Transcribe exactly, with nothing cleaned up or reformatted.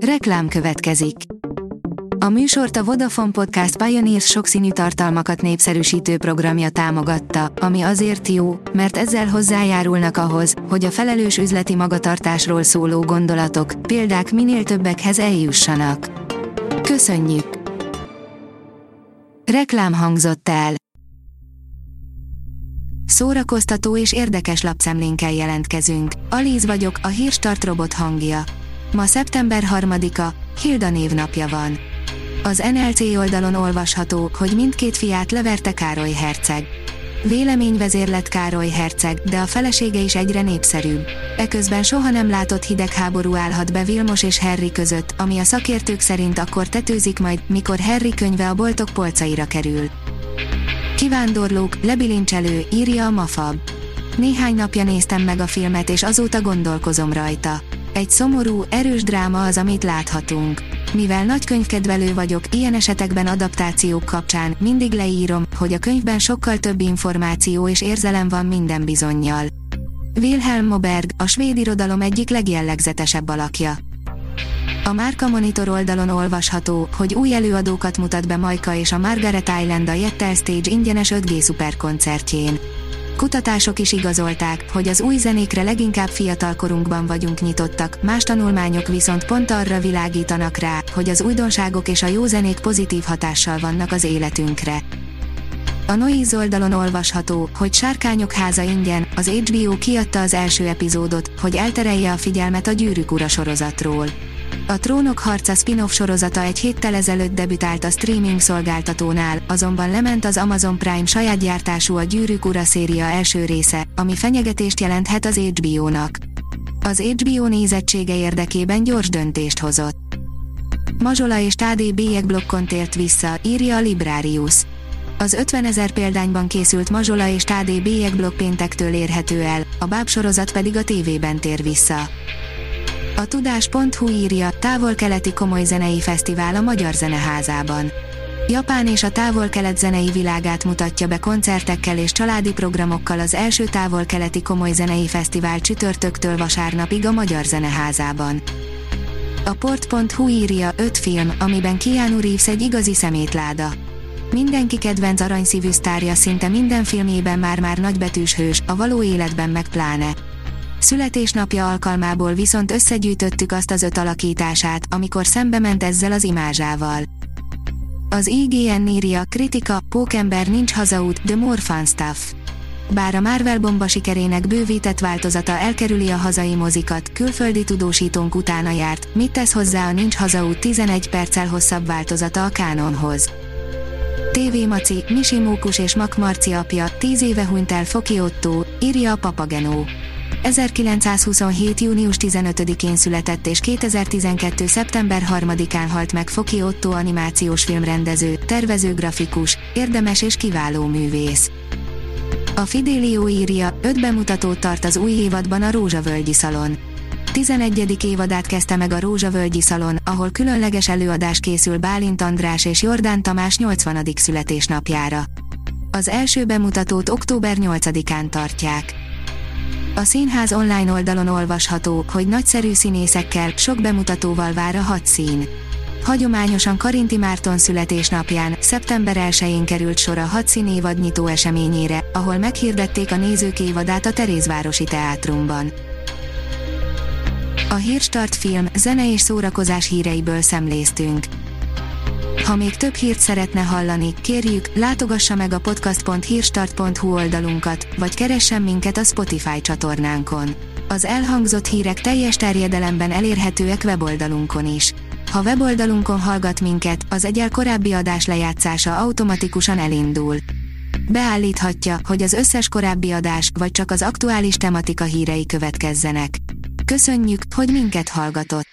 Reklám következik. A műsort a Vodafone Podcast Pioneers sokszínű tartalmakat népszerűsítő programja támogatta, ami azért jó, mert ezzel hozzájárulnak ahhoz, hogy a felelős üzleti magatartásról szóló gondolatok, példák minél többekhez eljussanak. Köszönjük! Reklám hangzott el. Szórakoztató és érdekes lapszemlénkkel jelentkezünk. Alíz vagyok, a Hírstart robot hangja. Ma szeptember harmadika, Hilda névnapja van. Az en el cé oldalon olvasható, hogy mindkét fiát leverte Károly herceg. Véleményvezér lett Károly herceg, de a felesége is egyre népszerűbb. Eközben soha nem látott hidegháború állhat be Vilmos és Harry között, ami a szakértők szerint akkor tetőzik majd, mikor Harry könyve a boltok polcaira kerül. Kivándorlók, lebilincselő, írja a Mafab. Néhány napja néztem meg a filmet és azóta gondolkozom rajta. Egy szomorú, erős dráma az, amit láthatunk. Mivel nagy könyvkedvelő vagyok, ilyen esetekben adaptációk kapcsán mindig leírom, hogy a könyvben sokkal több információ és érzelem van minden bizonnyal. Wilhelm Moberg, a svéd irodalom egyik legjellegzetesebb alakja. A Márka Monitor oldalon olvasható, hogy új előadókat mutat be Majka és a Margaret Island a Jettel Stage ingyenes öt G szuperkoncertjén. Kutatások is igazolták, hogy az új zenékre leginkább fiatalkorunkban vagyunk nyitottak, más tanulmányok viszont pont arra világítanak rá, hogy az újdonságok és a jó zenék pozitív hatással vannak az életünkre. A Noise oldalon olvasható, hogy Sárkányok háza ingyen, az há bé o kiadta az első epizódot, hogy elterelje a figyelmet a Gyűrűk ura sorozatról. A Trónok harca spin-off sorozata egy héttel ezelőtt debütált a streaming szolgáltatónál, azonban lement az Amazon Prime saját gyártású a Gyűrűk ura széria első része, ami fenyegetést jelenthet az há bé o-nak. Az há bé o nézettsége érdekében gyors döntést hozott. Mazsola és Tádé bélyegblokon tért vissza, írja a Librarius. Az ötvenezer példányban készült Mazsola és Tádé bélyegblokk péntektől érhető el, a bábsorozat pedig a tévében tér vissza. A tudás pont hu írja, távol-keleti komoly zenei fesztivál a Magyar Zeneházában. Japán és a távol-kelet zenei világát mutatja be koncertekkel és családi programokkal az első távol-keleti komoly zenei fesztivál csütörtöktől vasárnapig a Magyar Zeneházában. A port pont hu írja, öt film, amiben Keanu Reeves egy igazi szemétláda. Mindenki kedvenc aranyszívű sztárja szinte minden filmjében már-már nagybetűs hős, a való életben meg pláne. Születésnapja alkalmából viszont összegyűjtöttük azt az öt alakítását, amikor szembe ment ezzel az imázsával. Az i gé en írja, kritika, Pókember nincs hazaút, The More Fun Stuff. Bár a Marvel bomba sikerének bővített változata elkerüli a hazai mozikat, külföldi tudósítónk utána járt, mit tesz hozzá a Nincs hazaút tizenegy perccel hosszabb változata a kánonhoz. té vé Maci, Misi Mókus és Mak Marci apja, tíz éve hunyt el Foki Ottó, írja a Papagenó. ezerkilencszázhuszonhét. június tizenötödikén született és kétezer-tizenkettő. szeptember harmadikán halt meg Foki Ottó animációs filmrendező, tervező, grafikus, érdemes és kiváló művész. A Fidelio írja, öt bemutatót tart az új évadban a Rózsavölgyi Szalon. tizenegyedik évadát kezdte meg a Rózsavölgyi Szalon, ahol különleges előadás készül Bálint András és Jordán Tamás nyolcvanadik születésnapjára. Az első bemutatót október nyolcadikán tartják. A színház online oldalon olvasható, hogy nagyszerű színészekkel, sok bemutatóval vár a hat szín. Hagyományosan Karinti Márton születésnapján, szeptember elsején került sor a hat szín évad nyitó eseményére, ahol meghirdették a nézők évadát a Terézvárosi Teátrumban. A Hírstart film, zene és szórakozás híreiből szemléztünk. Ha még több hírt szeretne hallani, kérjük, látogassa meg a podcast pont hírstart pont hu oldalunkat, vagy keressen minket a Spotify csatornánkon. Az elhangzott hírek teljes terjedelemben elérhetőek weboldalunkon is. Ha weboldalunkon hallgat minket, az egyel korábbi adás lejátszása automatikusan elindul. Beállíthatja, hogy az összes korábbi adás, vagy csak az aktuális tematika hírei következzenek. Köszönjük, hogy minket hallgatott!